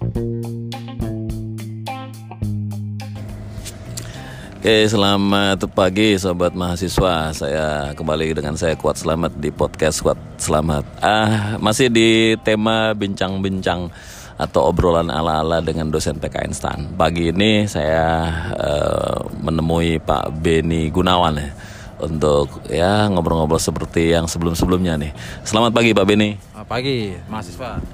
Oke, selamat pagi sobat mahasiswa. Saya kembali dengan saya Kuat Selamat di podcast Kuat Selamat. Masih di tema bincang-bincang atau obrolan ala-ala dengan dosen PKN STAN. Pagi ini saya menemui Pak Beni Gunawan ya, untuk ya ngobrol-ngobrol seperti yang sebelum-sebelumnya nih. Selamat pagi Pak Beni. Pagi mahasiswa.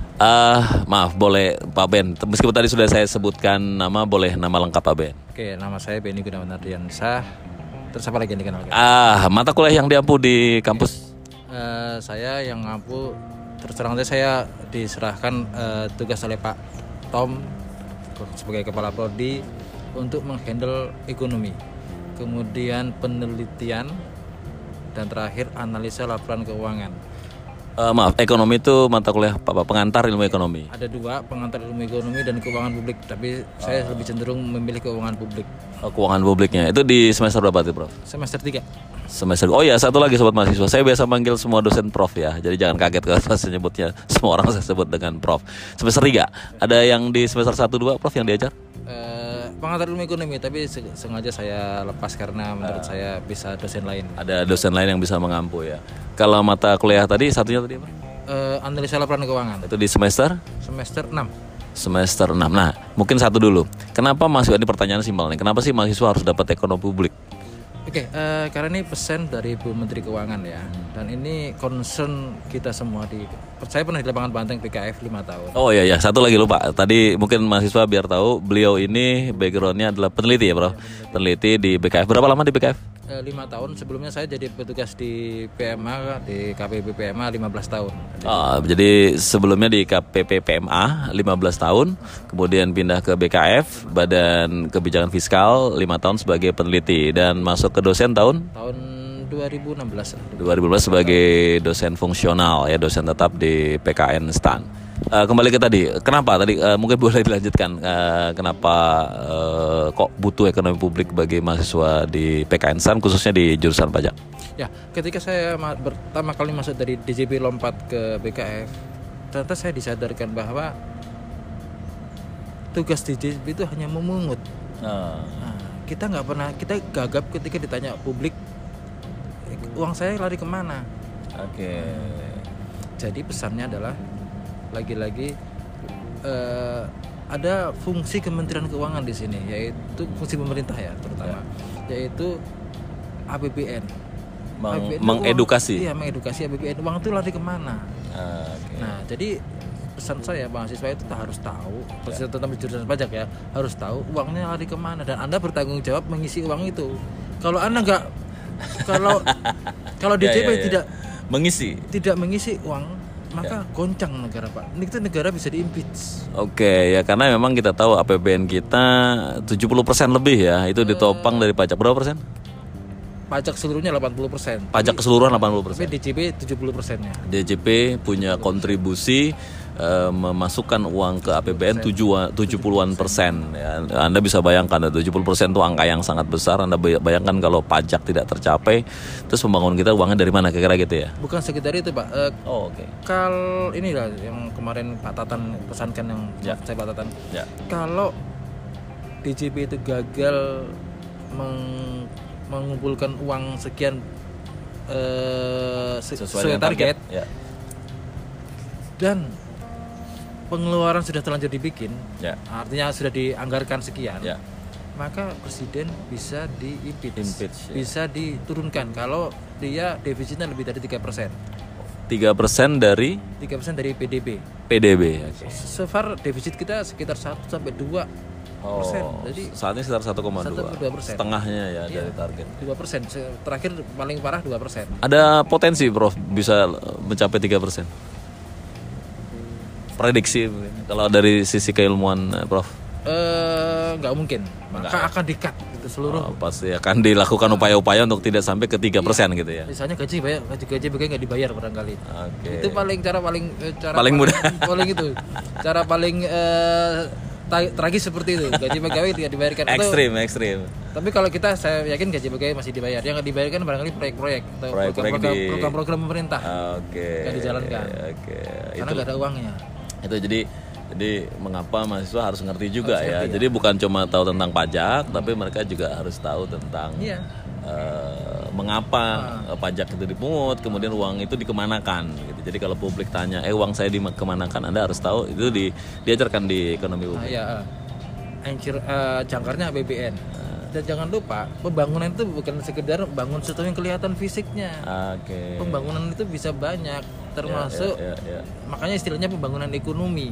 Maaf, boleh Pak Ben, meskipun tadi sudah saya sebutkan nama, boleh nama lengkap Pak Ben? Oke, nama saya Beni Gunawan Ardiansah. Terus apa lagi yang dikenalkan? Mata kuliah yang diampu di kampus? Saya yang ngampu, terus terang saja saya diserahkan tugas oleh Pak Tom sebagai kepala prodi untuk menghandle ekonomi, kemudian penelitian, dan terakhir analisa laporan keuangan. Maaf, ekonomi itu mata kuliah pengantar ilmu ekonomi. Ada dua, pengantar ilmu ekonomi dan keuangan publik, tapi saya lebih cenderung memilih keuangan publik. Keuangan publiknya itu di semester berapa tuh Prof? Semester 3. Semester. Oh ya, satu lagi sobat mahasiswa, saya biasa manggil semua dosen Prof ya, jadi jangan kaget kalau saya nyebutnya semua orang saya sebut dengan Prof. Semester 3, ada yang di semester 1-2 Prof yang diajar? Pengantar ilmu ekonomi, tapi sengaja saya lepas karena menurut saya bisa dosen lain. Ada dosen lain yang bisa mengampu ya. Kalau mata kuliah tadi, satunya tadi apa? Analisa laporan keuangan. Itu di semester? Semester 6. Semester 6. Nah, mungkin satu dulu. Kenapa mahasiswa, ini pertanyaan simpel nih, kenapa sih mahasiswa harus dapat ekonomi publik? Oke, karena ini pesan dari Bu Menteri Keuangan ya. Dan ini concern kita semua saya pernah di lapangan Banteng PKF 5 tahun. Oh iya, satu lagi lupa. Tadi mungkin mahasiswa biar tahu, beliau ini backgroundnya adalah peneliti ya Bro? Peneliti di BKF. Berapa lama di BKF? 5 tahun. Sebelumnya saya jadi petugas di PMA, di KPP PMA 15 tahun. Jadi sebelumnya di KPP PMA 15 tahun, kemudian pindah ke BKF, Badan Kebijakan Fiskal 5 tahun sebagai peneliti, dan masuk ke dosen tahun 2016 sebagai dosen fungsional ya, dosen tetap di PKN STAN. Kembali ke tadi, kenapa tadi mungkin boleh dilanjutkan, kenapa kok butuh ekonomi publik bagi mahasiswa di PKN STAN khususnya di jurusan pajak? Ya, ketika saya pertama kali masuk dari DJP lompat ke BKF, ternyata saya disadarkan bahwa tugas DJP itu hanya memungut. Kita nggak pernah, kita gagap ketika ditanya publik, uang saya lari kemana? Oke. Jadi pesannya adalah lagi-lagi ada fungsi Kementerian Keuangan di sini, yaitu fungsi pemerintah ya terutama, yaitu APBN. Mengedukasi. Iya, mengedukasi APBN. Uang itu lari kemana? Okay. Nah, jadi pesan saya mahasiswa itu harus tahu, tentang jurusan pajak ya, harus tahu uangnya lari kemana, dan Anda bertanggung jawab mengisi uang itu. Kalau Anda nggak, kalau DJP tidak mengisi uang, maka goncang negara Pak. Itu negara bisa diimpeach. Oke, ya karena memang kita tahu APBN kita 70% lebih ya, itu ditopang dari pajak. Berapa persen? Pajak seluruhnya 80%. Pajak keseluruhan 80%. Tapi DJP 70%-nya. DJP punya kontribusi memasukkan uang ke APBN 70-an persen ya. Anda bisa bayangkan 70% itu angka yang sangat besar. Anda bayangkan kalau pajak tidak tercapai, terus pembangunan kita uangnya dari mana, kira-kira gitu ya? Bukan sekedar itu Pak. Oke. Kalau inilah yang kemarin Pak Tatan pesankan, yang saya Pak Tatan. Ya. Kalau DJP itu gagal mengumpulkan uang sekian sesuai target ya, dan pengeluaran sudah terlanjur dibikin, ya, artinya sudah dianggarkan sekian, ya, maka presiden bisa impeach, bisa diturunkan kalau dia defisitnya lebih dari 3%. 3% dari PDB. Okay. So far defisit kita sekitar 1-2%. Jadi saat ini sekitar 1,2%. Setengahnya ya dari target. 2%. Terakhir paling parah 2%. Ada potensi Prof bisa mencapai 3%. Prediksi kalau dari sisi keilmuan Prof? Nggak mungkin. Maka akan di-cut gitu seluruh. Pasti akan dilakukan upaya-upaya untuk tidak sampai ke 3% gitu ya. Misalnya gaji nggak dibayar barangkali. Okay. Itu cara paling mudah. Cara paling tragis seperti itu. Gaji pegawai tidak dibayarkan. Ekstrim. Tapi kalau saya yakin gaji pegawai masih dibayar. Yang nggak dibayarkan barangkali proyek-proyek atau program-program pemerintah yang dijalankan. Karena nggak ada uangnya. Itu jadi Jadi mengapa mahasiswa harus ngerti juga ya. Jadi bukan cuma tahu tentang pajak, tapi mereka juga harus tahu tentang mengapa pajak itu dipungut, kemudian uang itu dikemanakan gitu. Jadi kalau publik tanya, uang saya dikemanakan, Anda harus tahu itu diajarkan di ekonomi publik. Jangkarnya APBN. Dan jangan lupa, pembangunan itu bukan sekedar bangun sesuatu yang kelihatan fisiknya. Pembangunan itu bisa banyak, termasuk makanya istilahnya pembangunan ekonomi.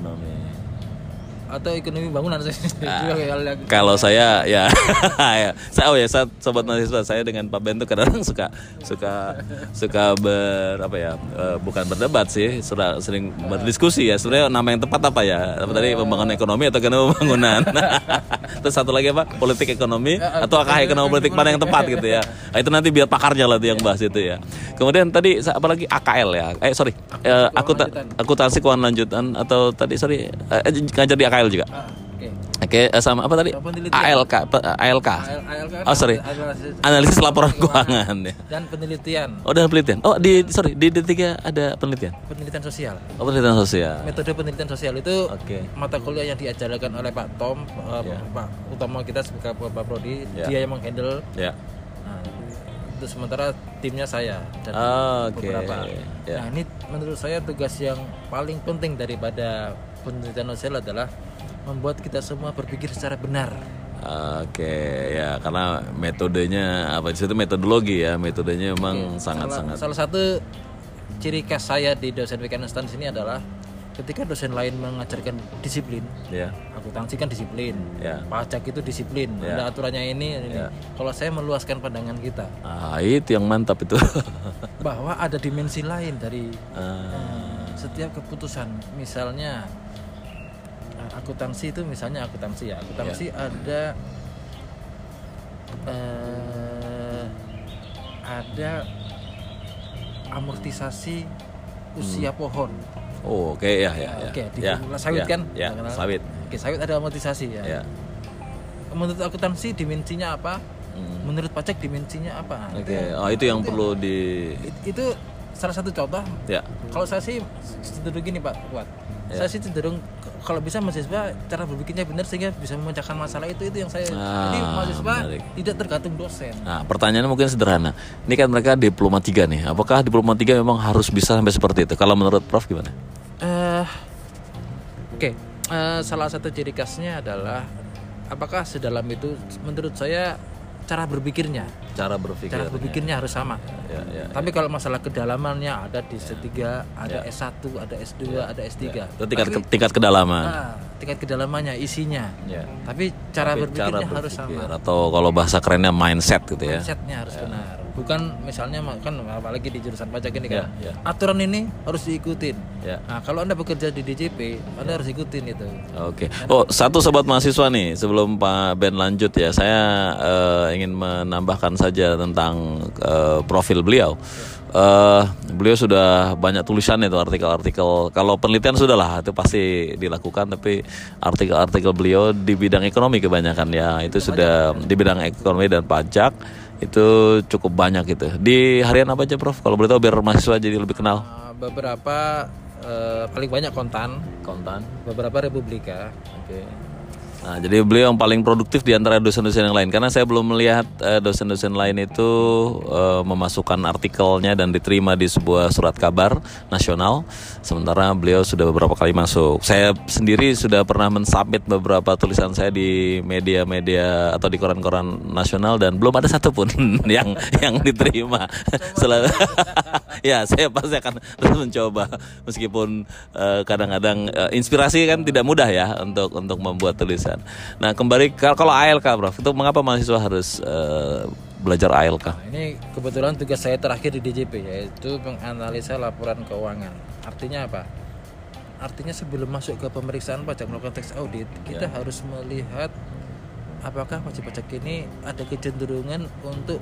Atau ekonomi bangunan. Kalau saya ya saya sobat mahasiswa, saya dengan Pak Ben tuh kadang suka bukan berdebat sih, sering berdiskusi ya. Sebenarnya nama yang tepat apa ya? Apa tadi, pembangunan ekonomi atau ekonomi pembangunan? Terus satu lagi apa? Politik ekonomi atau ekonomi politik, mana yang tepat gitu ya? Nah, itu nanti biar pakarnya lah tuh yang bahas itu ya. Kemudian tadi apalagi AKL ya? Akuntansi keuangan lanjutan, atau tadi ngajar di AKL juga. Oke, sama apa tadi? ALK. Oh, sorry. Analisis laporan keuangan ya. Dan penelitian. Oh, dan penelitian. Oh, di D3 ada penelitian. Penelitian sosial. Oh, penelitian sosial. Metode penelitian sosial itu mata kuliah yang diajarkan oleh Pak Tom, Pak utama kita sebagai Pak Prodi, dia yang menghandle. Nah, itu sementara timnya saya dan beberapa. Nah, ini menurut saya tugas yang paling penting daripada penelitian sosial adalah membuat kita semua berpikir secara benar. Ya, karena metodenya di situ metodologi ya, metodenya memang sangat-sangat. Salah satu ciri khas saya di dosen Wittgenstein sini adalah ketika dosen lain mengajarkan disiplin, akuntansi kan disiplin, pajak itu disiplin, ada aturannya ini. Kalau saya meluaskan pandangan kita, itu yang mantap itu. Bahwa ada dimensi lain dari setiap keputusan. Misalnya akuntansi itu, ada amortisasi usia pohon. Sawit kan? Sawit. Sawit ada amortisasi ya. Menurut akuntansi dimensinya apa? Menurut pajak dimensinya apa? Itu yang perlu itu salah satu contoh. Kalau saya sih cenderung gini Pak Kuat. Saya sih cenderung kalau bisa mahasiswa cara berpikirnya benar sehingga bisa memecahkan masalah itu yang saya. Jadi mahasiswa tidak tergantung dosen. Nah, pertanyaannya mungkin sederhana. Ini kan mereka diploma 3 nih. Apakah diploma 3 memang harus bisa sampai seperti itu? Kalau menurut Prof gimana? Salah satu ciri khasnya adalah apakah sedalam itu? Menurut saya cara berpikirnya harus sama. Tapi kalau masalah kedalamannya ada di S3, ada S1, ada S2, ada S3. Itu tingkat kedalaman. Tingkat kedalamannya, isinya. Tapi cara berpikirnya harus sama. Atau kalau bahasa kerennya mindset gitu ya. Mindsetnya harus benar. Bukan misalnya kan apalagi di jurusan pajak ini kan. Aturan ini harus diikutin. Nah, kalau Anda bekerja di DJP, Anda harus ikutin itu. Satu sobat mahasiswa nih, sebelum Pak Ben lanjut ya, saya ingin menambahkan saja tentang profil beliau. Beliau sudah banyak tulisan itu, artikel-artikel. Kalau penelitian sudahlah itu pasti dilakukan, tapi artikel-artikel beliau di bidang ekonomi kebanyakan ya, itu sudah di bidang ekonomi dan pajak itu cukup banyak gitu. Di harian apa aja Prof? Kalau boleh tahu biar mahasiswa jadi lebih kenal. Beberapa paling banyak kontan, beberapa Republika. Nah, jadi beliau yang paling produktif di antara dosen-dosen yang lain, karena saya belum melihat dosen-dosen lain itu memasukkan artikelnya dan diterima di sebuah surat kabar nasional, sementara beliau sudah beberapa kali masuk. Saya sendiri sudah pernah mensubmit beberapa tulisan saya di media-media atau di koran-koran nasional dan belum ada satupun yang diterima. Ya, saya pasti akan terus mencoba, meskipun kadang-kadang inspirasi kan tidak mudah ya untuk membuat tulisan. Nah, kembali kalau ALK Prof, itu mengapa mahasiswa harus belajar ALK? Ini kebetulan tugas saya terakhir di DJP, yaitu menganalisa laporan keuangan. Artinya apa? Artinya sebelum masuk ke pemeriksaan pajak melakukan tax audit, kita harus melihat apakah wajib pajak ini ada kecenderungan untuk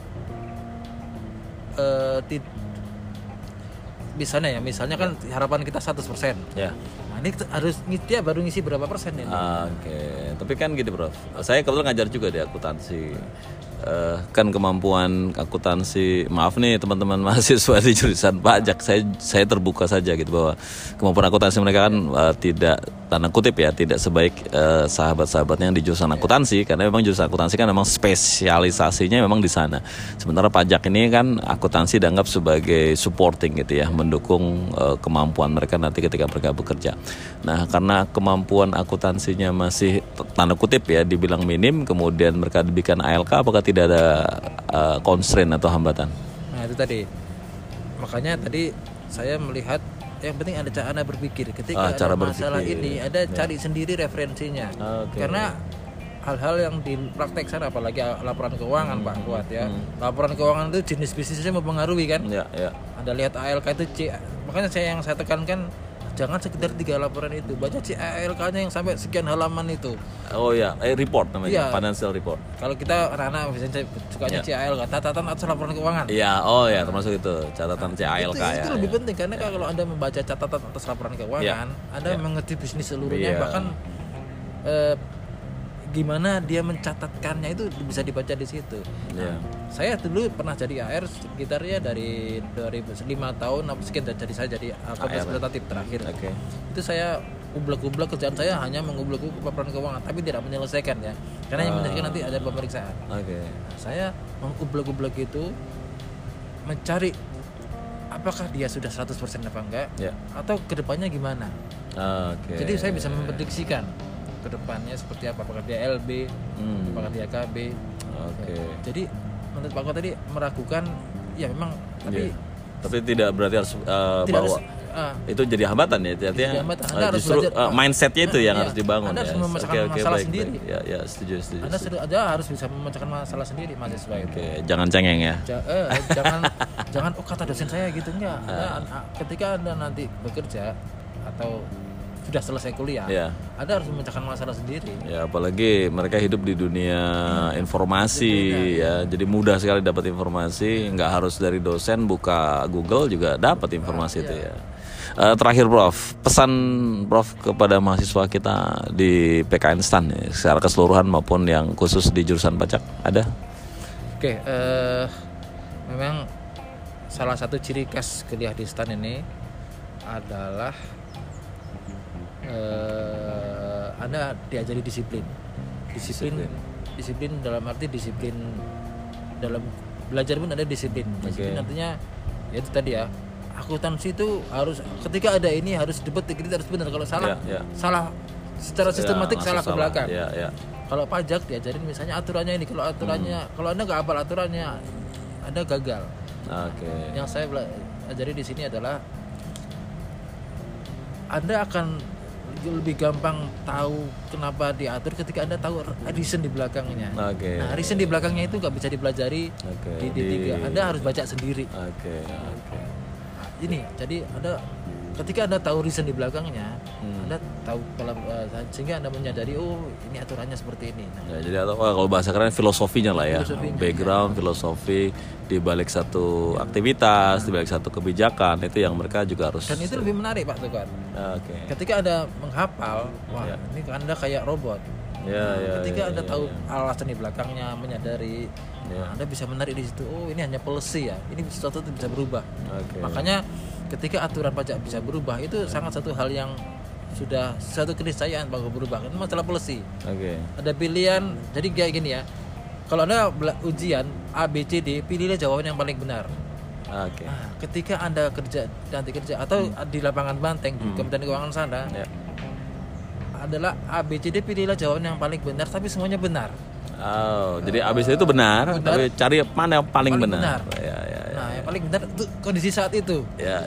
misalnya kan harapan kita 100%. Nah, ini dia baru ngisi berapa persen ini? Tapi kan gitu Prof, saya kebetulan ngajar juga di akuntansi. Kan kemampuan akuntansi, maaf nih teman-teman mahasiswa di jurusan pajak, saya terbuka saja gitu bahwa kemampuan akuntansi mereka kan tidak tanda kutip ya tidak sebaik sahabat-sahabatnya yang di jurusan akuntansi, karena memang jurusan akuntansi kan memang spesialisasinya memang di sana. Sementara pajak ini kan akuntansi dianggap sebagai supporting gitu ya, mendukung kemampuan mereka nanti ketika mereka bekerja. Nah, karena kemampuan akuntansinya masih tanda kutip ya dibilang minim, kemudian mereka dibikin ALK, apakah tidak ada constraint atau hambatan? Nah, itu tadi. Makanya tadi saya melihat yang penting ada cara Anda berpikir ketika ada masalah ini, ada cari sendiri referensinya. Karena hal-hal yang dipraktek sana, apalagi laporan keuangan Pak Kuat ya. Laporan keuangan itu jenis bisnisnya mempengaruhi kan. Anda lihat ALK itu makanya yang saya tekankan, jangan sekedar 3 laporan itu, baca ALK-nya yang sampai sekian halaman itu. Oh ya, report namanya, financial report. Kalau kita anak-anak biasanya sukanya CALK, catatan atas laporan keuangan. Iya, termasuk itu catatan CALK ya. Itu lebih penting karena kalau Anda membaca catatan atas laporan keuangan, Anda mengerti bisnis seluruhnya, bahkan gimana dia mencatatkannya itu bisa dibaca di situ. Saya dulu pernah jadi AR sekitar ya dari 2005 tahun sekian, jadi saya jadi akuntan representatif terakhir. Itu saya ublek-ublek, kerjaan saya hanya mengublek laporan keuangan tapi tidak menyelesaikan ya. Karena yang menyelesaikan nanti ada pemeriksaan. Saya mengublek-ublek itu mencari apakah dia sudah 100% apa enggak, atau kedepannya gimana. Jadi saya bisa memprediksikan kedepannya seperti apa, apakah dia LB, apakah dia KB. Jadi menurut Pak Ko tadi meragukan, ya memang, tapi tidak berarti harus bahwa itu jadi hambatan ya. Artinya justru mindsetnya itu yang harus dibangun. Anda harus memecahkan masalah sendiri. Ya, setuju. Anda harus bisa memecahkan masalah sendiri mahasiswa itu. Jangan cengeng ya. Jangan kata dosen saya gitu, enggak. Ketika Anda nanti bekerja atau sudah selesai kuliah, Anda harus memecahkan masalah sendiri. Ya, apalagi mereka hidup di dunia informasi ya, jadi mudah sekali dapat informasi, nggak harus dari dosen, buka Google juga dapat informasi itu ya. Terakhir Prof, pesan Prof kepada mahasiswa kita di PKN STAN ya, secara keseluruhan maupun yang khusus di jurusan pajak, ada? Memang salah satu ciri khas kuliah di STAN ini adalah Anda diajari disiplin dalam arti disiplin dalam belajar pun ada disiplin. Disiplin artinya ya itu tadi ya, akuntansi itu harus ketika ada ini harus dipetik, itu harus benar. Kalau salah secara sistematik salah ke belakang. Kalau pajak diajarin misalnya aturannya ini, kalau Anda nggak hafal aturannya Anda gagal. Yang saya ajari di sini adalah Anda akan lebih gampang tahu kenapa diatur ketika Anda tahu reason di belakangnya. Nah, reason di belakangnya itu nggak bisa dipelajari di D3. Anda harus baca sendiri. Ini jadi Anda ketika Anda tahu reason di belakangnya, Anda tahu sehingga Anda menyadari ini aturannya seperti ini. Jadi kalau bahasa keren filosofinya lah ya, background filosofi di balik satu aktivitas, di balik satu kebijakan, itu yang mereka juga harus. Dan itu lebih menarik Pak Tukar. Ketika Anda menghafal, ini Anda kayak robot. Ketika Anda tahu alasan di belakangnya, menyadari, Anda bisa menarik di situ. Ini hanya policy ya. Ini sesuatu itu bisa berubah. Makanya ketika aturan pajak bisa berubah, itu sangat satu hal yang sudah satu keniscayaan bahwa berubah. Itu masalah policy. Ada pilihan. Jadi kayak gini ya. Kalau Anda ujian A, B, C, D, pilihlah jawaban yang paling benar. Ketika Anda kerja atau di lapangan banteng di Kementerian Keuangan sana, adalah A, B, C, D, pilihlah jawaban yang paling benar, tapi semuanya benar. Jadi ABC itu benar, tapi cari mana yang paling benar. Nah, yang paling benar itu kondisi saat itu.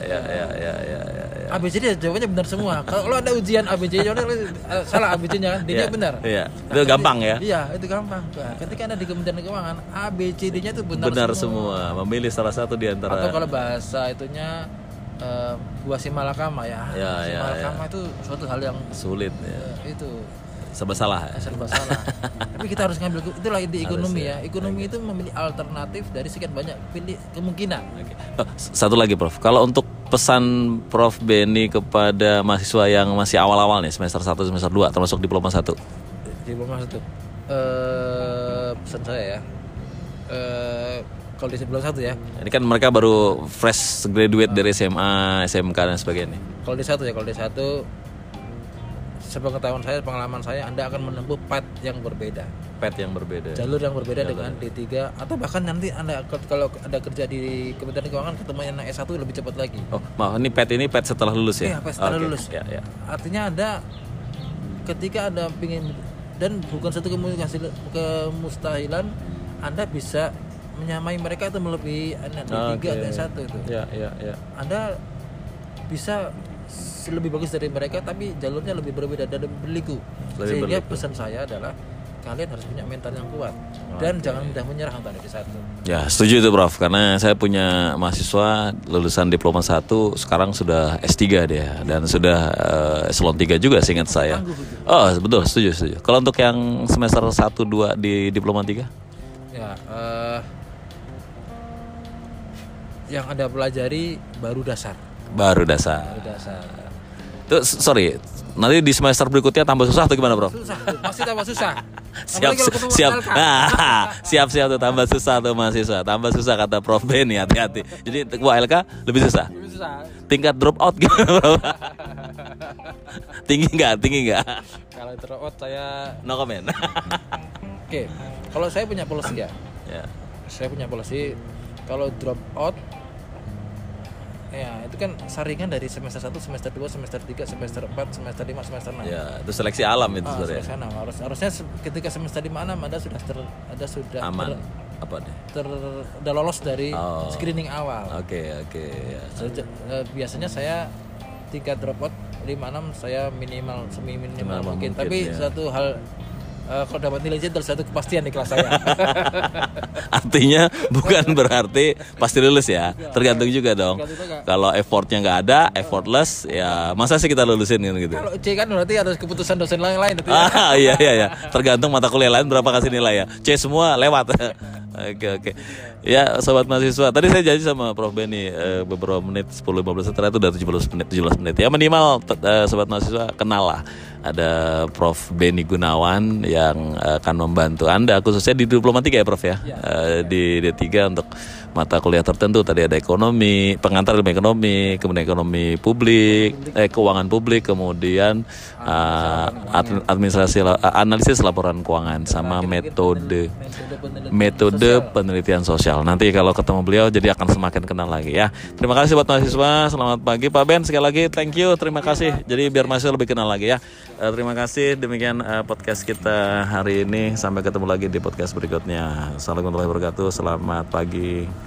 ABCD jawabannya benar semua. Kalau ada ujian ABC jawabannya salah ABC-nya, D-nya benar. Itu gampang ya. Iya, itu gampang. Ketika Anda di Kementerian Keuangan, ABCD-nya itu benar semua. Memilih salah satu di antara. Atau kalau bahasa itunya buah simalakama ya. Simalakama itu suatu hal yang sulit ya. Itu serba salah. Tapi kita harus ngambil, itulah di ekonomi ya. Ekonomi itu memilih alternatif dari sekian banyak pilih kemungkinan. Satu lagi Prof, kalau untuk pesan Prof Benny kepada mahasiswa yang masih awal-awal nih, semester 1, semester 2, termasuk diploma 1. Diploma 1. Pesan saya ya. Kalau di diploma 1 ya. Ini kan mereka baru fresh graduate dari SMA, SMK dan sebagainya. Kalau di 1 ya, kalau di 1 sepengetahuan saya, pengalaman saya, Anda akan menempuh path yang berbeda. Path yang berbeda. Jalur yang berbeda dengan D3 atau bahkan nanti Anda kalau ada kerja di Kementerian Keuangan ketemu yang S1 lebih cepat lagi. Oh, maaf, ini path setelah lulus ya? Iya, path setelah lulus. Ya, ya. Artinya Anda ketika Anda ingin, dan bukan satu kemustahilan, Anda bisa menyamai mereka itu melebihi D3 dan S1 itu. Ya. Anda bisa lebih bagus dari mereka, tapi jalurnya lebih berbeda dan lebih berliku. Sehingga pesan saya adalah kalian harus punya mental yang kuat dan jangan mudah menyerah untuk D1. Ya, setuju itu Prof, karena saya punya mahasiswa lulusan diploma 1 sekarang sudah S3 dia dan sudah eselon 3 juga seingat saya. Oh, betul, setuju. Kalau untuk yang semester 1 2 di diploma 3? Ya, yang Anda pelajari baru dasar. Tuh, sorry, nanti di semester berikutnya tambah susah atau gimana, Bro? Susah, pasti tambah susah. Siap tuh, tambah susah tuh mahasiswa. Tambah susah kata Prof Benny, hati-hati. Jadi LK lebih susah. Tingkat drop out gimana, Bro? Tinggi nggak? Kalau drop out saya no comment. Oke, kalau saya punya policy ya. Ya. Saya punya policy kalau drop out ya itu kan saringan dari semester 1, semester 2, semester 3, semester 4, semester 5, semester 6. Ya, itu seleksi alam itu sebenarnya. Harusnya ketika semester 5 6 Anda sudah aman. Apa deh? Udah lolos dari screening awal. Oke. Ya. Biasanya saya tingkat dropout 5 6 saya minimal seminimal mungkin. Tapi ya. satu hal kalau dapat nilai Z satu kepastian di kelas saya. Artinya bukan berarti pasti lulus ya, tergantung juga dong. Kalau effortnya nggak ada, effortless, ya masa sih kita lulusin gitu. Kalau C kan berarti harus keputusan dosen lain. Iya. Tergantung mata kuliah lain berapa kasih nilai ya. C semua lewat. Oke. Ya, sobat mahasiswa. Tadi saya janji sama Prof Benny beberapa menit, 10-15 setelah itu udah 17 menit. Ya minimal sobat mahasiswa kenal lah. Ada Prof Benny Gunawan yang akan membantu Anda khususnya di diploma 3 ya Prof ya. Di D3 untuk mata kuliah tertentu. Tadi ada ekonomi, pengantar ilmu ekonomi, kemudian ekonomi publik, keuangan publik, kemudian administrasi, analisis laporan keuangan, sama metode penelitian sosial. Nanti kalau ketemu beliau jadi akan semakin kenal lagi ya. Terima kasih buat mahasiswa. Selamat pagi Pak Ben, sekali lagi thank you, terima kasih. Jadi biar mahasiswa lebih kenal lagi ya. Terima kasih, demikian podcast kita hari ini. Sampai ketemu lagi di podcast berikutnya. Assalamualaikum warahmatullahi wabarakatuh. Selamat pagi.